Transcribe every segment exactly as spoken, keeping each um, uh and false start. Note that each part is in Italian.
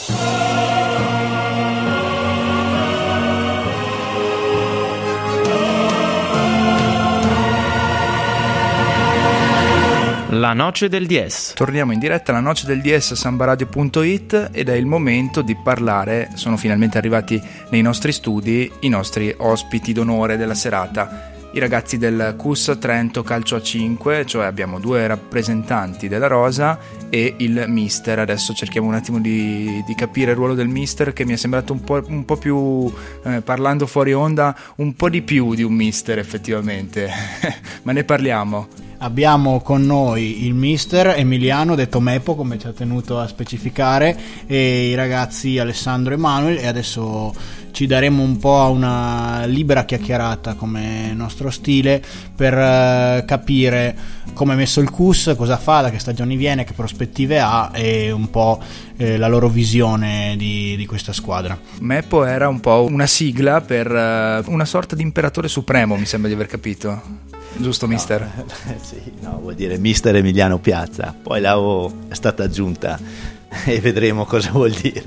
La Noce del D S. Torniamo in diretta alla Noce del D S a sambaradio punto it ed è il momento di parlare. Sono finalmente arrivati nei nostri studi i nostri ospiti d'onore della serata, i ragazzi del C U S Trento Calcio A cinque, cioè abbiamo due rappresentanti della rosa e il mister. Adesso cerchiamo un attimo di, di capire il ruolo del mister, che mi è sembrato un po', un po' più, eh, parlando fuori onda, un po' di più di un mister effettivamente, ma ne parliamo. Abbiamo con noi il mister Emiliano, detto Meppo, come ci ha tenuto a specificare, e i ragazzi Alessandro e Manuel, e adesso ci daremo un po' a una libera chiacchierata come nostro stile per uh, capire come è messo il C U S, cosa fa, da che stagioni viene, che prospettive ha e un po' eh, la loro visione di, di questa squadra. Meppo era un po' una sigla per uh, una sorta di imperatore supremo, mi sembra di aver capito. Giusto, mister? No, sì, no, vuol dire mister Emiliano Piazza, poi la O è stata aggiunta e vedremo cosa vuol dire.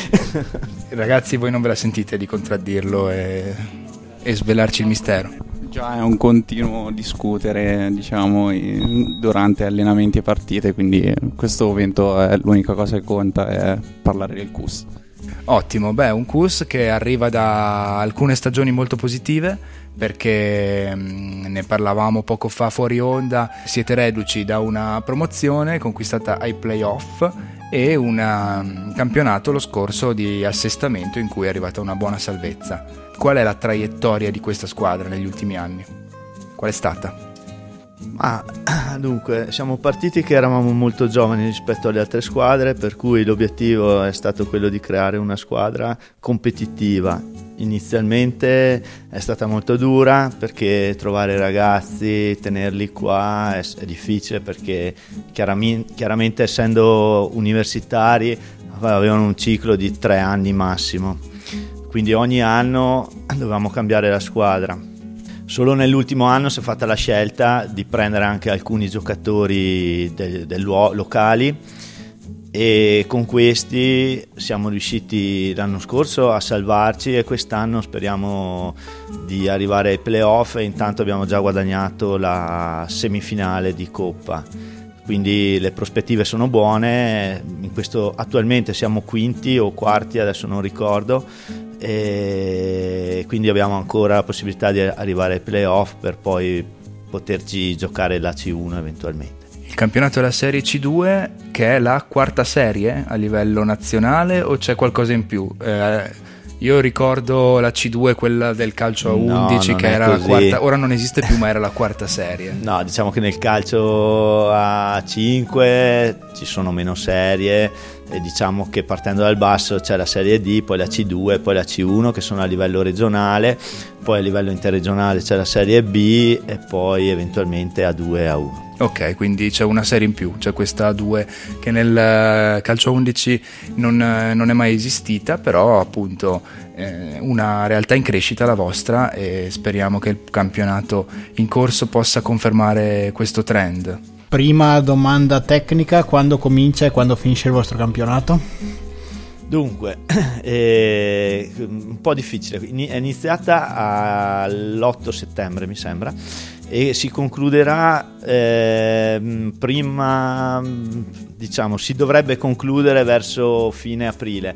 Ragazzi, voi non ve la sentite di contraddirlo e, e svelarci il mistero? Già è un continuo discutere, diciamo, in, durante allenamenti e partite, quindi in questo momento è l'unica cosa che conta è parlare del C U S. Ottimo, beh, un C U S che arriva da alcune stagioni molto positive, perché mh, ne parlavamo poco fa fuori onda. Siete reduci da una promozione conquistata ai playoff e un um, campionato lo scorso di assestamento in cui è arrivata una buona salvezza. Qual è la traiettoria di questa squadra negli ultimi anni? Qual è stata? Ma dunque, siamo partiti che eravamo molto giovani rispetto alle altre squadre, per cui l'obiettivo è stato quello di creare una squadra competitiva. Inizialmente è stata molto dura, perché trovare ragazzi, tenerli qua è, è difficile, perché chiaramente, chiaramente essendo universitari avevano un ciclo di tre anni massimo, quindi ogni anno dovevamo cambiare la squadra. Solo nell'ultimo anno si è fatta la scelta di prendere anche alcuni giocatori del, del luo- locali, e con questi siamo riusciti l'anno scorso a salvarci, e quest'anno speriamo di arrivare ai playoff, e intanto abbiamo già guadagnato la semifinale di Coppa, quindi le prospettive sono buone. In questo attualmente siamo quinti o quarti, adesso non ricordo, e quindi abbiamo ancora la possibilità di arrivare ai playoff per poi poterci giocare la C uno eventualmente. Il campionato della Serie C due, che è la quarta serie a livello nazionale, o c'è qualcosa in più? Eh, io ricordo la C due, quella del calcio a undici, no, che era così. La quarta, ora non esiste più, ma era la quarta serie. No, diciamo che nel calcio a cinque ci sono meno serie, e diciamo che partendo dal basso c'è la Serie D, poi la C due, poi la C uno, che sono a livello regionale, poi a livello interregionale c'è la Serie B, e poi eventualmente A due e A uno. Ok, quindi c'è una serie in più, c'è questa A due che nel calcio undici non, non è mai esistita, però appunto eh, una realtà in crescita la vostra, e speriamo che il campionato in corso possa confermare questo trend. Prima domanda tecnica: quando comincia e quando finisce il vostro campionato? Dunque, eh, un po' difficile, è iniziata all'otto settembre mi sembra, e si concluderà eh, prima, diciamo, si dovrebbe concludere verso fine aprile,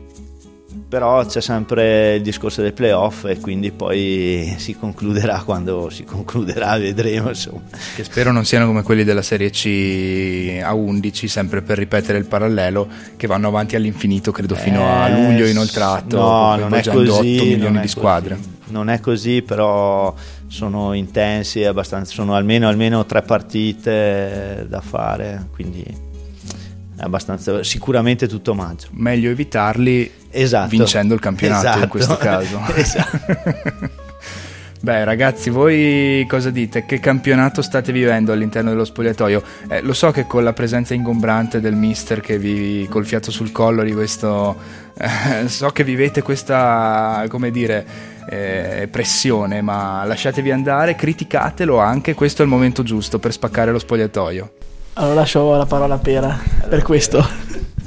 però c'è sempre il discorso del playoff, e quindi poi si concluderà quando si concluderà, vedremo, insomma. Che spero non siano come quelli della Serie C a undici, sempre per ripetere il parallelo, che vanno avanti all'infinito, credo fino eh, a luglio inoltrato, no, non è così, otto milioni non è di squadre. Così. Non è così, però sono intensi, abbastanza, sono almeno, almeno tre partite da fare, quindi è abbastanza, sicuramente tutto maggio. Meglio evitarli, esatto, vincendo il campionato, esatto, in questo caso. Esatto. Beh, ragazzi, voi cosa dite? Che campionato state vivendo all'interno dello spogliatoio? Eh, lo so che con la presenza ingombrante del mister, che vi col fiato sul collo di questo, eh, so che vivete questa, come dire, eh, pressione, ma lasciatevi andare, criticatelo anche, questo è il momento giusto per spaccare lo spogliatoio. Allora lascio la parola a Pera per questo.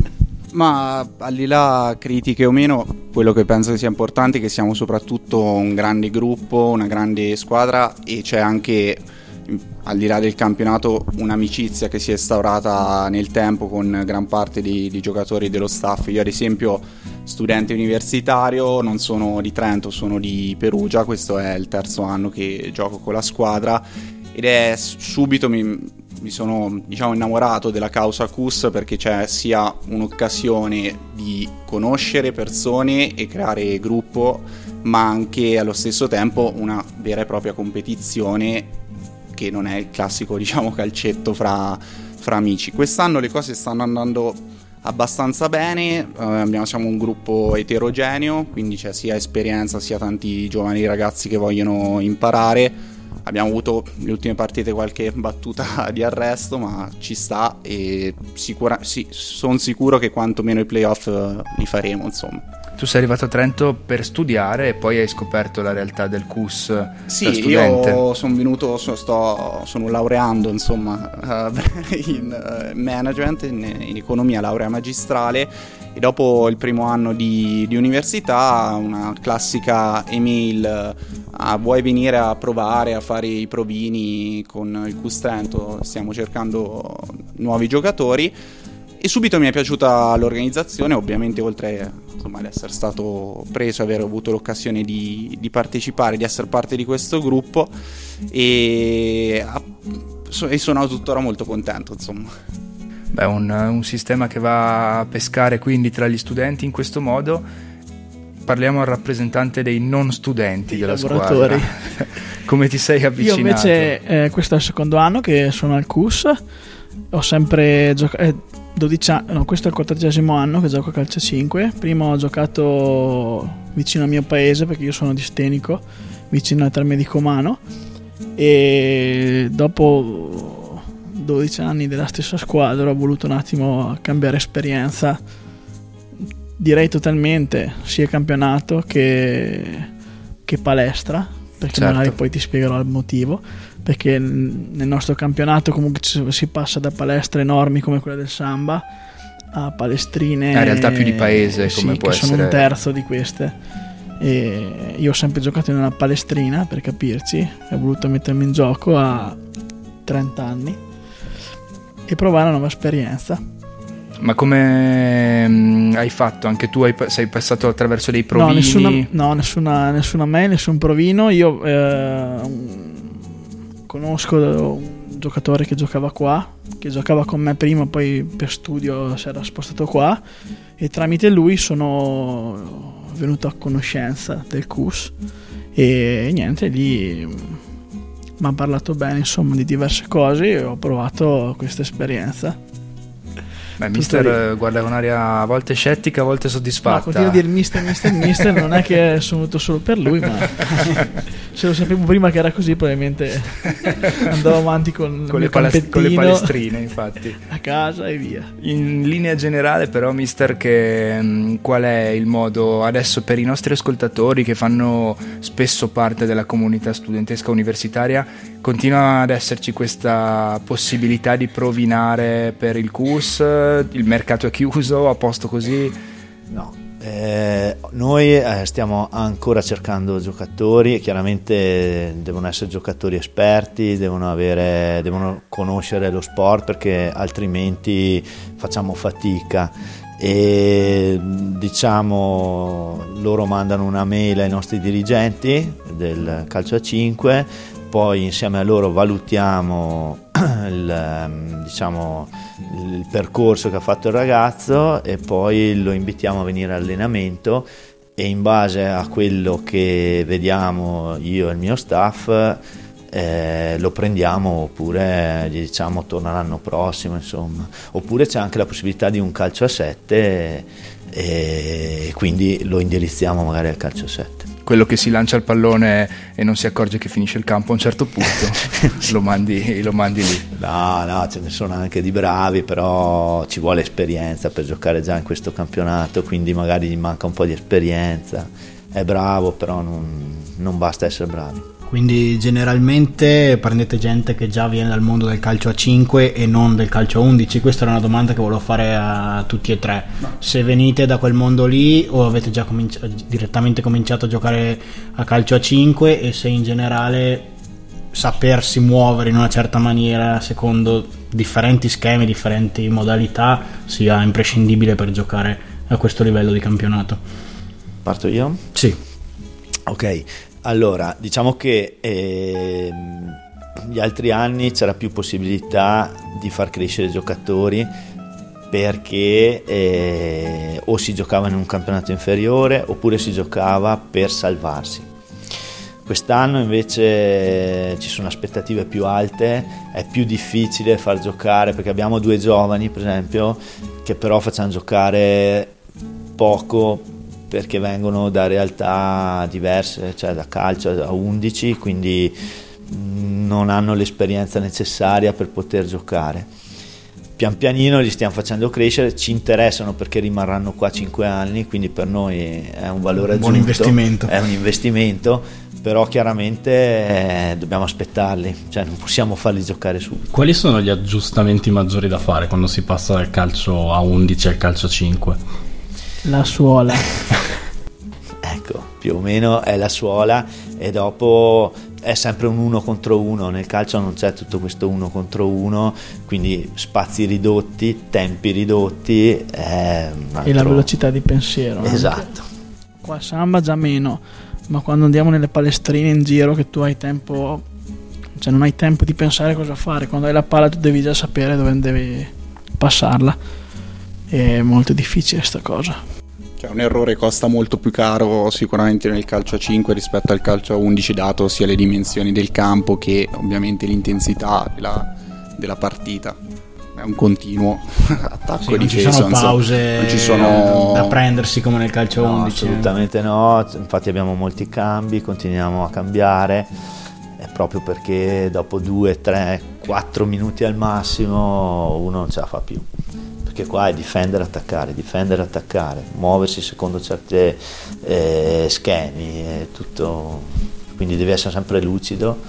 Ma al di là critiche o meno, quello che penso che sia importante è che siamo soprattutto un grande gruppo, una grande squadra, e c'è anche, al di là del campionato, un'amicizia che si è instaurata nel tempo con gran parte dei, dei giocatori dello staff. Io ad esempio, studente universitario, non sono di Trento, sono di Perugia, questo è il terzo anno che gioco con la squadra, ed è subito mi... mi sono, diciamo, innamorato della causa C U S, perché c'è sia un'occasione di conoscere persone e creare gruppo, ma anche allo stesso tempo una vera e propria competizione, che non è il classico, diciamo, calcetto fra, fra amici. Quest'anno le cose stanno andando abbastanza bene, eh, abbiamo, siamo un gruppo eterogeneo, quindi c'è sia esperienza sia tanti giovani ragazzi che vogliono imparare. Abbiamo avuto le ultime partite qualche battuta di arresto, ma ci sta, e sicura, sì, sono sicuro che quantomeno i playoff li faremo, insomma. Tu sei arrivato a Trento per studiare e poi hai scoperto la realtà del C U S. Sì, io sono venuto, so, sto, sono laureando, insomma, in management, in, in economia, laurea magistrale, e dopo il primo anno di, di università una classica email: ah, vuoi venire a provare a fare i provini con il C U S Trento, stiamo cercando nuovi giocatori. E subito mi è piaciuta l'organizzazione, ovviamente, oltre, insomma, ad essere stato preso, aver avuto l'occasione di, di partecipare, di essere parte di questo gruppo, e, e sono tuttora molto contento, insomma. Beh, un, un sistema che va a pescare quindi tra gli studenti in questo modo. Parliamo al rappresentante dei non studenti della lavoratori. Squadra. Come ti sei avvicinato? Io invece eh, questo è il secondo anno che sono al C U S, ho sempre giocato, eh, dodici anni, no, questo è il quattordicesimo anno che gioco a calcio cinque. Prima ho giocato vicino al mio paese, perché io sono di Stenico, vicino al Terme di Comano, e dopo dodici anni della stessa squadra ho voluto un attimo cambiare esperienza, direi totalmente, sia campionato che, che palestra, perché certo. magari poi ti spiegherò il motivo, perché nel nostro campionato comunque si passa da palestre enormi come quella del Samba a palestrine, in realtà più di paese, come sì, può che essere, sono un terzo di queste. E io ho sempre giocato in una palestrina, per capirci, e ho voluto mettermi in gioco a trenta anni e provare una nuova esperienza. Ma come mh, hai fatto? Anche tu hai, sei passato attraverso dei provini? No, nessuna, no, nessuna, nessuna mail, nessun provino. Io eh, conosco un giocatore che giocava qua, che giocava con me prima, poi per studio si era spostato qua, e tramite lui sono venuto a conoscenza del C U S, e niente, lì mi ha parlato bene, insomma, di diverse cose, e ho provato questa esperienza. Beh, mister guarda con aria a volte scettica, a volte soddisfatta. No, continuo a dire mister, mister, mister, non è che sono venuto solo per lui, ma se lo sapevo prima che era così, probabilmente andavo avanti con, con, il le, palest- con le palestrine, infatti. A casa e via. In linea generale, però, mister, che mh, qual è il modo adesso per i nostri ascoltatori che fanno spesso parte della comunità studentesca universitaria? Continua ad esserci questa possibilità di provinare per il C U S? Il mercato è chiuso, a posto così? No, eh, noi eh, stiamo ancora cercando giocatori, e chiaramente devono essere giocatori esperti, devono avere, devono conoscere lo sport, perché altrimenti facciamo fatica. E diciamo, loro mandano una mail ai nostri dirigenti del calcio a cinque, poi insieme a loro valutiamo il, diciamo, il percorso che ha fatto il ragazzo, e poi lo invitiamo a venire all'allenamento, e in base a quello che vediamo io e il mio staff eh, lo prendiamo, oppure gli diciamo torna l'anno prossimo, insomma. Oppure c'è anche la possibilità di un calcio a sette, e quindi lo indirizziamo magari al calcio a sette. Quello che si lancia il pallone e non si accorge che finisce il campo a un certo punto, lo mandi, lo mandi lì. No, no, ce ne sono anche di bravi, però ci vuole esperienza per giocare già in questo campionato, quindi magari gli manca un po' di esperienza. È bravo, però non, non basta essere bravi. Quindi generalmente prendete gente che già viene dal mondo del calcio a cinque e non del calcio a undici? Questa era una domanda che volevo fare a tutti e tre. Se venite da quel mondo lì o avete già cominci- direttamente cominciato a giocare a calcio a cinque, e se in generale sapersi muovere in una certa maniera secondo differenti schemi, differenti modalità sia imprescindibile per giocare a questo livello di campionato. Parto io? Sì. Ok. Allora, diciamo che eh, gli altri anni c'era più possibilità di far crescere i giocatori, perché eh, o si giocava in un campionato inferiore oppure si giocava per salvarsi. Quest'anno invece ci sono aspettative più alte, è più difficile far giocare, perché abbiamo due giovani per esempio che però facciamo giocare poco, perché vengono da realtà diverse, cioè da calcio a undici, quindi non hanno l'esperienza necessaria per poter giocare. Pian pianino li stiamo facendo crescere, ci interessano perché rimarranno qua cinque anni, quindi per noi è un valore aggiunto, buon investimento. È un investimento, però chiaramente eh, dobbiamo aspettarli, cioè non possiamo farli giocare subito. Quali sono gli aggiustamenti maggiori da fare quando si passa dal calcio a undici al calcio a cinque? La suola. Ecco, più o meno è la suola, e dopo è sempre un uno contro uno. Nel calcio non c'è tutto questo uno contro uno, quindi spazi ridotti, tempi ridotti, è un altro... E la velocità di pensiero. Esatto. Anche. Qua samba già meno, ma quando andiamo nelle palestrine in giro, che tu hai tempo, cioè non hai tempo di pensare cosa fare, quando hai la palla tu devi già sapere dove devi passarla, è molto difficile sta cosa. Cioè un errore costa molto più caro sicuramente nel calcio a cinque rispetto al calcio a undici, dato sia le dimensioni del campo che ovviamente l'intensità della, della partita. È un continuo attacco, sì, non difesa, ci sono pause non ci sono... da prendersi come nel calcio no, undici. Assolutamente no, infatti abbiamo molti cambi, continuiamo a cambiare, è proprio perché dopo due, tre, quattro minuti al massimo uno non ce la fa più, perché qua è difendere, attaccare, difendere, attaccare, muoversi secondo certi eh, schemi, è tutto, quindi devi essere sempre lucido,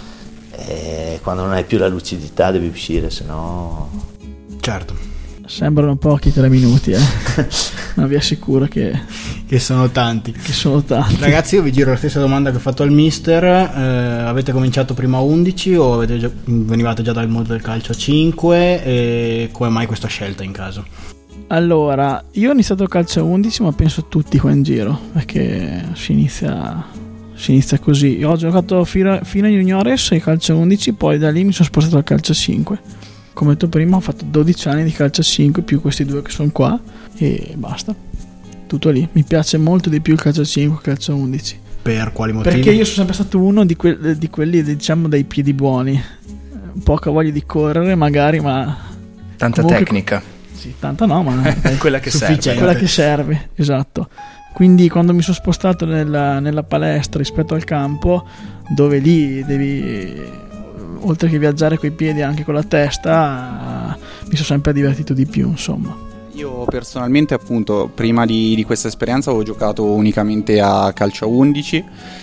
e quando non hai più la lucidità devi uscire, se no... Certo. Sembrano pochi tre minuti, eh. Ma vi assicuro che... che sono tanti. Che sono tanti. Ragazzi, io vi giro la stessa domanda che ho fatto al mister. Eh, avete cominciato prima a undici o avete già, venivate già dal mondo del calcio a cinque? E come mai questa scelta in caso? Allora, io ho iniziato il calcio a undici, ma penso tutti qua in giro, perché si inizia, si inizia così. Io ho giocato fino, fino ai juniores e calcio a undici, poi da lì mi sono spostato al calcio a cinque. Come detto prima, ho fatto dodici anni di calcio a cinque più questi due che sono qua e basta, tutto lì. Mi piace molto di più il calcio a cinque che il calcio a undici. Per quali motivi? Perché io sono sempre stato uno di, que- di quelli, diciamo, dai piedi buoni, poca voglia di correre magari, ma tanta comunque, tecnica. sì, tanta no, ma dai, quella che serve, quella che serve, esatto. Quindi quando mi sono spostato nella, nella palestra rispetto al campo, dove lì devi, oltre che viaggiare coi piedi anche con la testa, mi sono sempre divertito di più, insomma. Io personalmente, appunto, prima di, di questa esperienza avevo giocato unicamente a calcio a undici,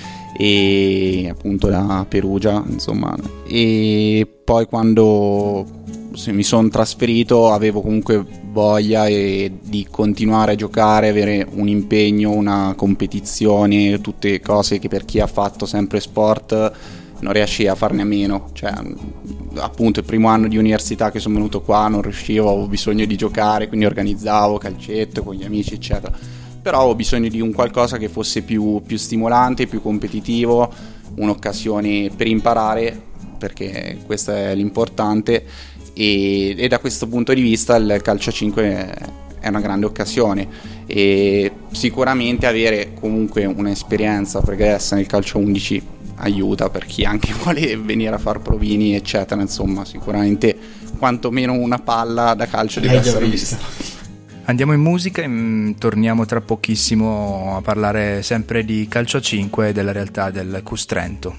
e appunto da Perugia, insomma, e poi quando mi sono trasferito avevo comunque voglia e, di continuare a giocare, avere un impegno, una competizione, tutte cose che per chi ha fatto sempre sport non riesci a farne a meno. Cioè, appunto, il primo anno di università che sono venuto qua non riuscivo, avevo bisogno di giocare, quindi organizzavo calcetto con gli amici eccetera, però avevo bisogno di un qualcosa che fosse più, più stimolante, più competitivo, un'occasione per imparare, perché questo è l'importante, e, e da questo punto di vista il calcio a cinque è una grande occasione, e sicuramente avere comunque un'esperienza pregressa nel calcio a undici aiuta per chi anche vuole venire a far provini eccetera. Insomma, sicuramente quantomeno una palla da calcio deve essere vista. Andiamo in musica e mh, torniamo tra pochissimo a parlare sempre di calcio a cinque e della realtà del Cus Trento.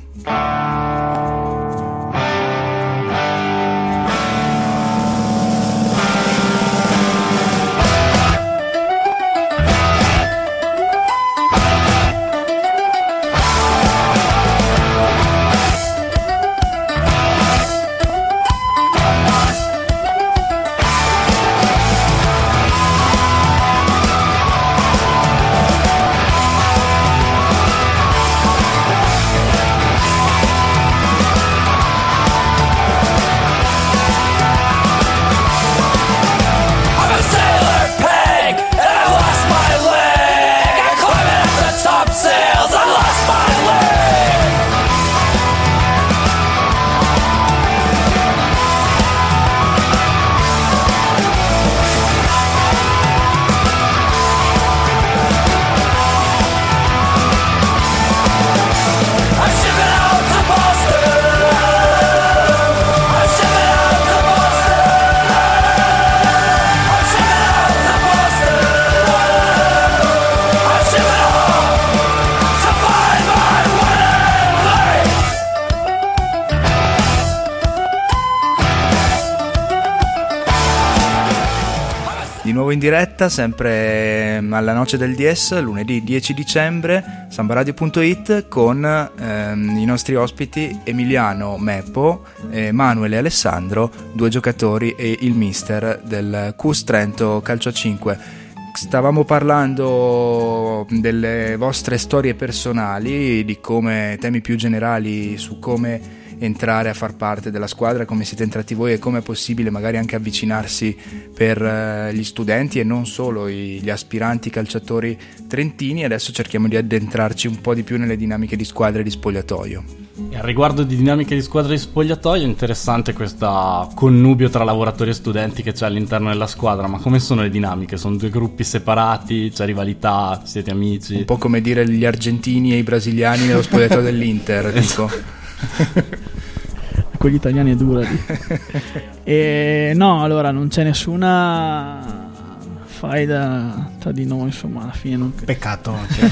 nuovo in diretta, sempre alla Noce del D S, lunedì dieci dicembre, sambaradio punto it, con ehm, i nostri ospiti Emiliano Meppo, eh, Manuel e Alessandro, due giocatori e il mister del C U S Trento Calcio a cinque. Stavamo parlando delle vostre storie personali, di come, temi più generali su come entrare a far parte della squadra, come siete entrati voi e come è possibile magari anche avvicinarsi per uh, gli studenti e non solo i, gli aspiranti calciatori trentini. Adesso cerchiamo di addentrarci un po' di più nelle dinamiche di squadra e di spogliatoio. E a riguardo di dinamiche di squadra e di spogliatoio, è interessante questa connubio tra lavoratori e studenti che c'è all'interno della squadra, ma come sono le dinamiche? Sono due gruppi separati, c'è rivalità, siete amici? Un po' come dire gli argentini e i brasiliani nello spogliatoio dell'Inter, tipo. Con gli italiani è dura lì. E no, allora non c'è nessuna faida tra di noi, insomma, alla fine non... Peccato.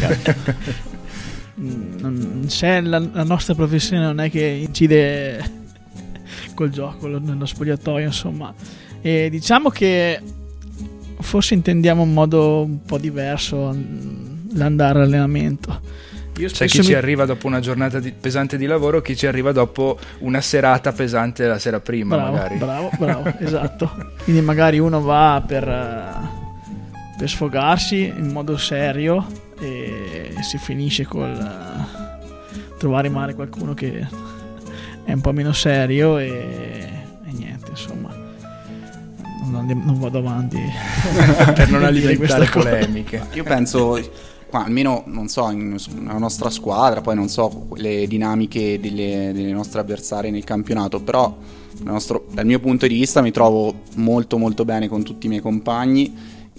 non c'è la, la nostra professione non è che incide col gioco nello spogliatoio, insomma. E diciamo che forse intendiamo un modo un po' diverso l'andare all'allenamento. Io C'è chi mi... ci arriva dopo una giornata di, pesante di lavoro, chi ci arriva dopo una serata pesante la sera prima. Bravo, magari bravo, bravo, esatto. Quindi magari uno va per, per sfogarsi in modo serio e si finisce col trovare male qualcuno che è un po' meno serio e, e niente, insomma, non, non vado avanti per non alimentare polemiche. Io penso, almeno non so, nella nostra squadra, poi non so le dinamiche delle, delle nostre avversarie nel campionato, però nostro, dal mio punto di vista mi trovo molto molto bene con tutti i miei compagni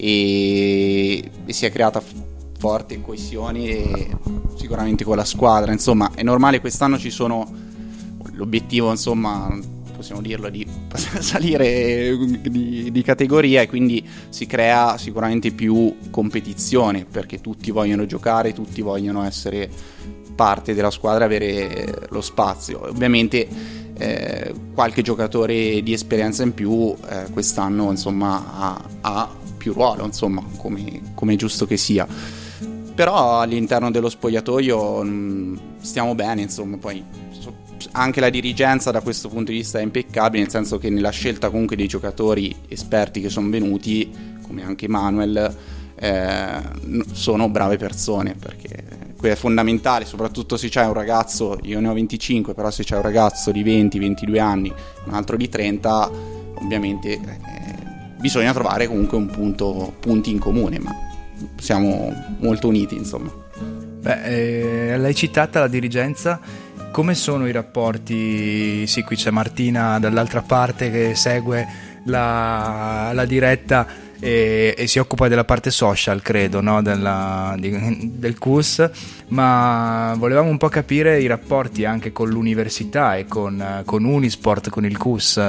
e, e si è creata forte coesione e sicuramente con la squadra. Insomma, è normale, quest'anno ci sono l'obiettivo, insomma, possiamo dirlo, di salire di, di categoria, e quindi si crea sicuramente più competizione perché tutti vogliono giocare, tutti vogliono essere parte della squadra, avere lo spazio. Ovviamente eh, qualche giocatore di esperienza in più eh, quest'anno, insomma, ha, ha più ruolo, insomma, come, come è giusto che sia. Però all'interno dello spogliatoio mh, stiamo bene, insomma. Poi anche la dirigenza da questo punto di vista è impeccabile, nel senso che nella scelta comunque dei giocatori esperti che sono venuti, come anche Manuel, eh, sono brave persone, perché è fondamentale, soprattutto se c'è un ragazzo, io ne ho venticinque, però se c'è un ragazzo di venti ventidue anni, un altro di trenta, ovviamente eh, bisogna trovare comunque un punto, punti in comune, ma siamo molto uniti, insomma. Beh, eh, l'hai citata la dirigenza. Come sono i rapporti? Sì, qui c'è Martina dall'altra parte che segue la, la diretta e, e si occupa della parte social, credo, no? Della, di, del C U S, ma volevamo un po' capire i rapporti anche con l'università e con, con Unisport, con il C U S.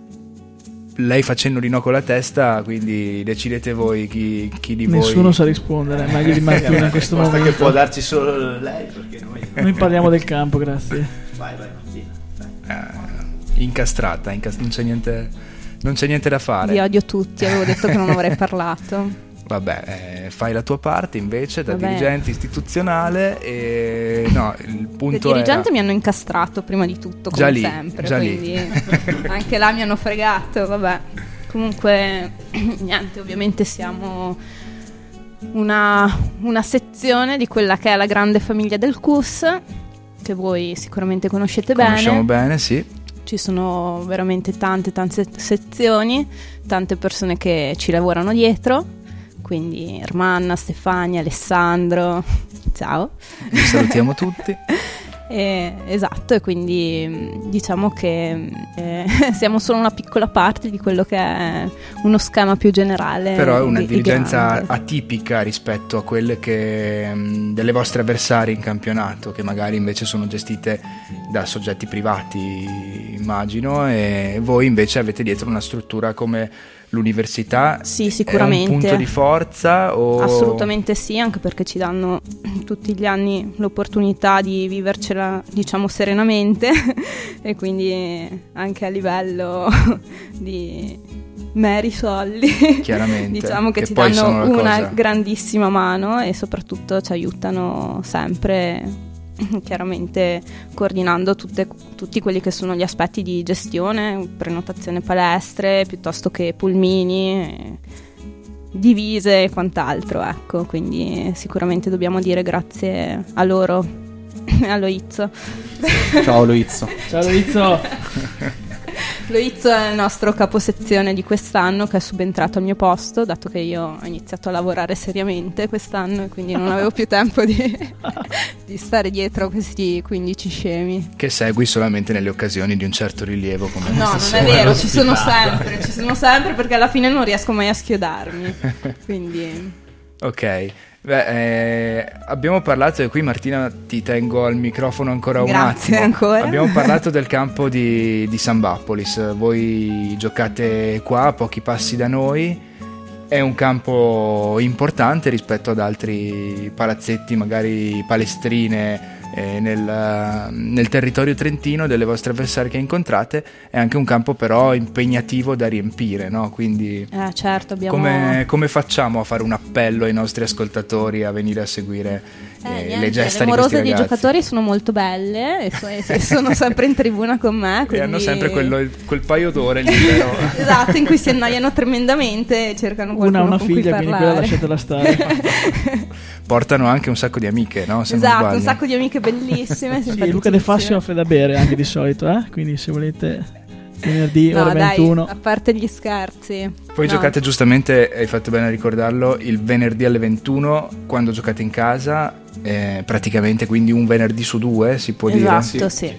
Lei facendo di no con la testa, quindi decidete voi chi, chi di Nessuno voi... Nessuno sa rispondere, meglio di Martina in questo momento. Che può darci solo lei, perché noi... Noi parliamo del campo, grazie. Vai, vai Martina. Eh, incastrata, incast- non c'è niente, non c'è niente da fare. Vi odio tutti, avevo detto che non avrei parlato. Vabbè, eh, fai la tua parte invece da Vabbè. dirigente istituzionale e no, il punto Le dirigenti era... mi hanno incastrato prima di tutto, come già lì, sempre, già quindi lì. anche là mi hanno fregato, vabbè. Comunque niente, ovviamente siamo una, una sezione di quella che è la grande famiglia del C U S, che voi sicuramente conoscete bene. Conosciamo bene, sì. Ci sono veramente tante tante sezioni, tante persone che ci lavorano dietro, quindi Ermanna, Stefania, Alessandro, ciao. Vi salutiamo tutti. Eh, esatto, e quindi diciamo che eh, siamo solo una piccola parte di quello che è uno schema più generale. Però è una di, dirigenza di atipica rispetto a quelle che mh, delle vostre avversarie in campionato, che magari invece sono gestite da soggetti privati, immagino, e voi invece avete dietro una struttura come l'università. Sì, sicuramente. È un punto di forza? O... Assolutamente sì, anche perché ci danno tutti gli anni l'opportunità di vivercela, diciamo, serenamente e quindi anche a livello di, meri soldi. Chiaramente. Diciamo che, che ci poi danno sono la una cosa... grandissima mano e soprattutto ci aiutano sempre, chiaramente coordinando tutte, tutti quelli che sono gli aspetti di gestione, prenotazione palestre, piuttosto che pulmini, divise e quant'altro, ecco, quindi sicuramente dobbiamo dire grazie a loro e a Loizzo. Ciao Loizzo. Ciao Loizzo. Loizzo è il nostro caposezione di quest'anno, che è subentrato al mio posto, dato che io ho iniziato a lavorare seriamente quest'anno e quindi non avevo più tempo di, di stare dietro a questi quindici scemi. Che segui solamente nelle occasioni di un certo rilievo come No, non è vero, ci sono sempre, ci sono sempre perché alla fine non riesco mai a schiodarmi. Quindi ok. Beh, eh, abbiamo parlato, e qui Martina ti tengo al microfono ancora un Grazie attimo. ancora. Abbiamo parlato del campo di, di Sambapolis. Voi giocate qua a pochi passi da noi. È un campo importante rispetto ad altri palazzetti, magari palestrine eh, nel, nel territorio trentino delle vostre avversarie che incontrate. È anche un campo però impegnativo da riempire, no? Quindi eh, certo, abbiamo... come, come facciamo a fare un appello ai nostri ascoltatori a venire a seguire eh, eh, niente, le gesta le di questi morose dei ragazzi? giocatori sono molto belle e, so- e sono sempre in tribuna con me, E quindi... hanno sempre quello, quel paio d'ore libero. Esatto, in cui si annoiano tremendamente e cercano qualcuno Una ha una con cui figlia, quindi quella parlare. lasciatela stare. Portano anche un sacco di amiche, no? Se non Esatto, sbaglio. un sacco di amiche bellissime. Sì, Luca De Fassi offre da bere anche di solito, eh? Quindi se volete venerdì No, ore dai, ventuno. a parte gli scherzi. Poi No. giocate giustamente, hai fatto bene a ricordarlo, il venerdì alle ventuno quando giocate in casa, eh, praticamente quindi un venerdì su due, si può Esatto, dire? sì.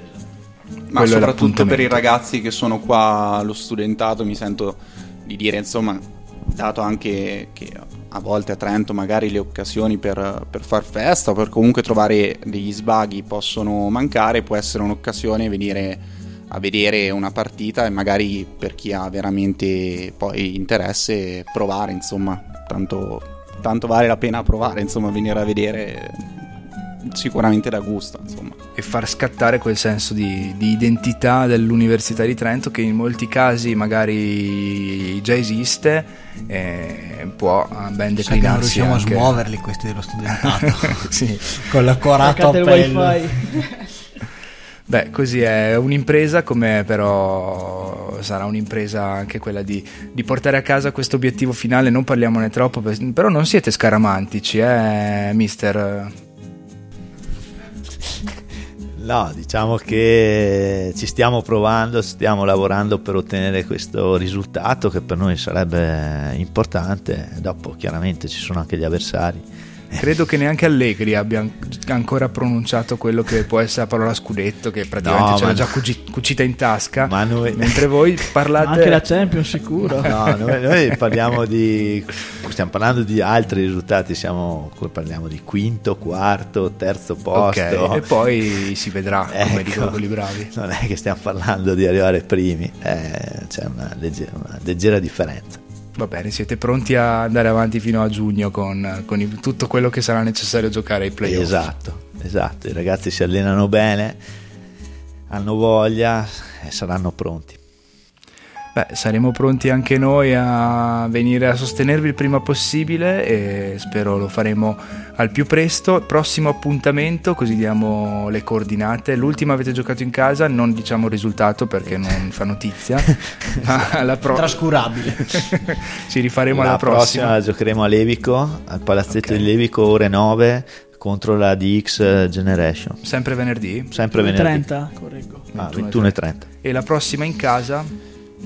Ma Quello è soprattutto per i l'appuntamento. ragazzi che sono qua allo studentato, mi sento di dire, insomma, dato anche che a volte a Trento magari le occasioni per, per far festa o per comunque trovare degli sbaghi possono mancare, può essere un'occasione venire a vedere una partita e magari per chi ha veramente poi interesse provare, insomma, tanto, tanto vale la pena provare, insomma, venire a vedere sicuramente da gusto, insomma. E far scattare quel senso di, di identità dell'Università di Trento che in molti casi magari già esiste e può ben Sai che non declinarsi riusciamo anche... a smuoverli questi dello studentato. Sì. Con l'accorato Attaccate il appello. wifi. Beh, così è un'impresa, come però sarà un'impresa anche quella di, di portare a casa questo obiettivo finale. Non parliamone troppo, però non siete scaramantici, eh, mister? No, diciamo che ci stiamo provando, stiamo lavorando per ottenere questo risultato che per noi sarebbe importante. Dopo chiaramente ci sono anche gli avversari. Credo che neanche Allegri abbia ancora pronunciato quello che può essere la parola scudetto, che praticamente No, ce l'ha ma già no. cuci- cucita in tasca, Ma noi... mentre voi parlate... Anche la Champions sicuro. No, noi, noi parliamo di stiamo parlando di altri risultati, siamo parliamo di quinto, quarto, terzo posto. Ok, e poi si vedrà, come Ecco, dicono quelli bravi. Non è che stiamo parlando di arrivare primi, eh, c'è una leggera, una leggera differenza. Va bene, siete pronti a andare avanti fino a giugno con, con il- tutto quello che sarà necessario giocare ai playoff. Esatto, esatto, i ragazzi si allenano bene, hanno voglia e saranno pronti. Beh, saremo pronti anche noi a venire a sostenervi il prima possibile e spero lo faremo al più presto. Prossimo appuntamento, così diamo le coordinate. L'ultima avete giocato in casa, non diciamo il risultato perché non fa notizia, ma alla pro- Trascurabile. ci rifaremo La alla prossima. prossima la giocheremo a Levico, al palazzetto Ok. di Levico, ore nove, contro la D X Generation, Sempre venerdì. sempre venerdì. trenta, correggo. Ah, ventuno e trenta. E la prossima in casa?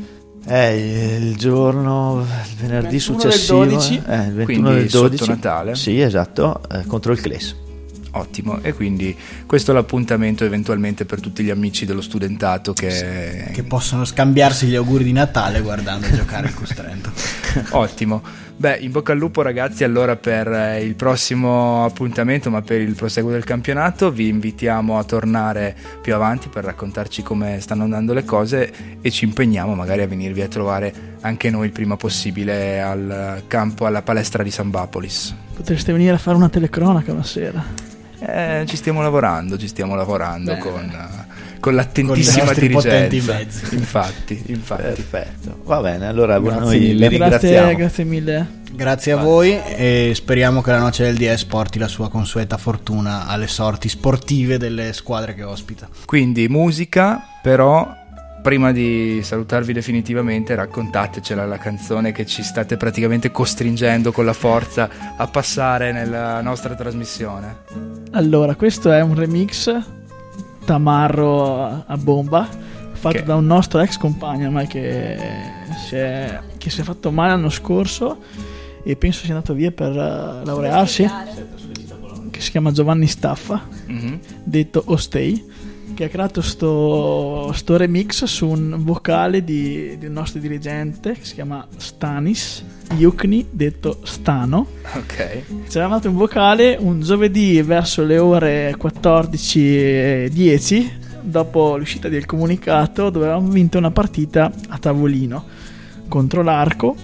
Eh, il giorno, il venerdì ventuno successivo, del dodici. eh, il ventuno Quindi del dodici, sotto Natale. Sì, esatto, eh, contro il Cles. Ottimo, e quindi questo è l'appuntamento eventualmente per tutti gli amici dello studentato che... Che possono scambiarsi gli auguri di Natale guardando giocare il Cus Trento. Ottimo. Beh, in bocca al lupo ragazzi allora per eh, il prossimo appuntamento, ma per il proseguo del campionato vi invitiamo a tornare più avanti per raccontarci come stanno andando le cose e ci impegniamo magari a venirvi a trovare anche noi il prima possibile al campo, alla palestra di Sambapolis. Potreste venire a fare una telecronaca una sera. Eh, ci stiamo lavorando, ci stiamo lavorando Beh. con, con l'attentissima nostri potenti dirigenza. mezzi. Infatti, infatti. Perfetto, va bene, allora Grazie noi mille. vi Grazie, ringraziamo. grazie mille. Grazie a voi e speriamo che la Noce del D S porti la sua consueta fortuna alle sorti sportive delle squadre che ospita. Quindi musica, però prima di salutarvi definitivamente raccontatecela la canzone che ci state praticamente costringendo con la forza a passare nella nostra trasmissione. Allora, questo è un remix tamarro a- a bomba fatto Che- da un nostro ex compagno ormai che si è, che si è fatto male l'anno scorso e penso sia andato via per eh, laurearsi, che si chiama Giovanni Staffa, Mhm. detto Ostei, che ha creato sto, sto remix su un vocale di, di un nostro dirigente che si chiama Stanis Yukni, detto Stano. Ok. C'era andato un vocale un giovedì verso le ore quattordici e dieci, dopo l'uscita del comunicato, dove avevamo vinto una partita a tavolino contro l'Arco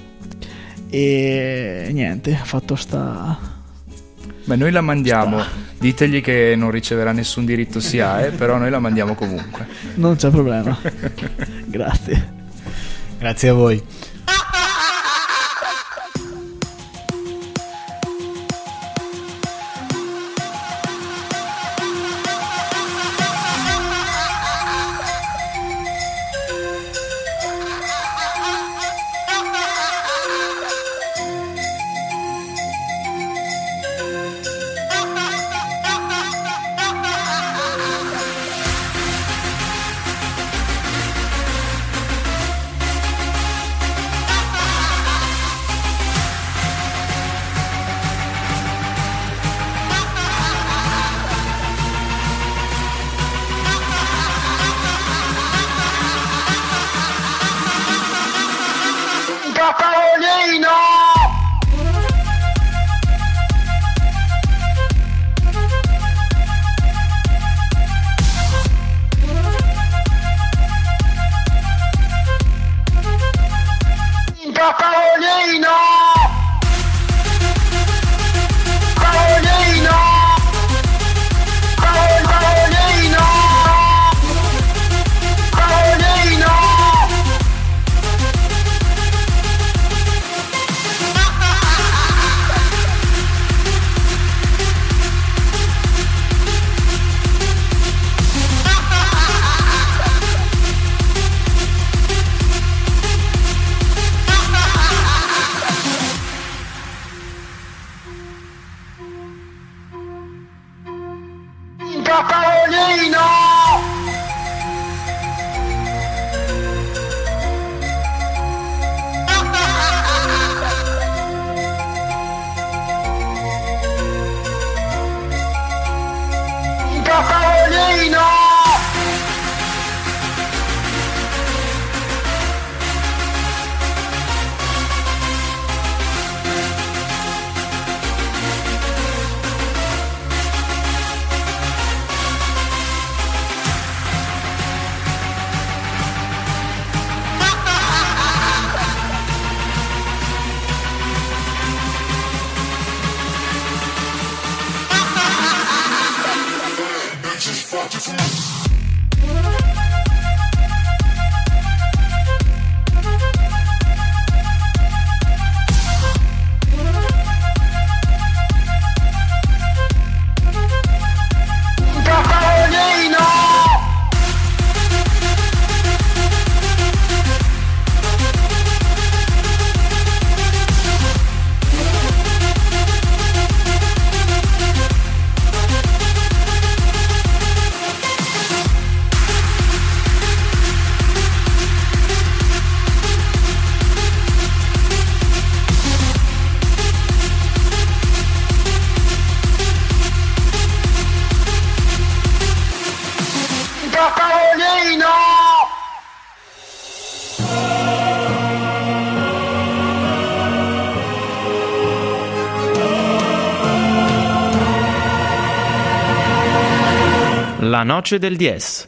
e niente, ha fatto sta... Beh, noi la mandiamo, ditegli che non riceverà nessun diritto S I A E, però noi la mandiamo comunque. Non c'è problema. Grazie. Grazie a voi. La noce del diez.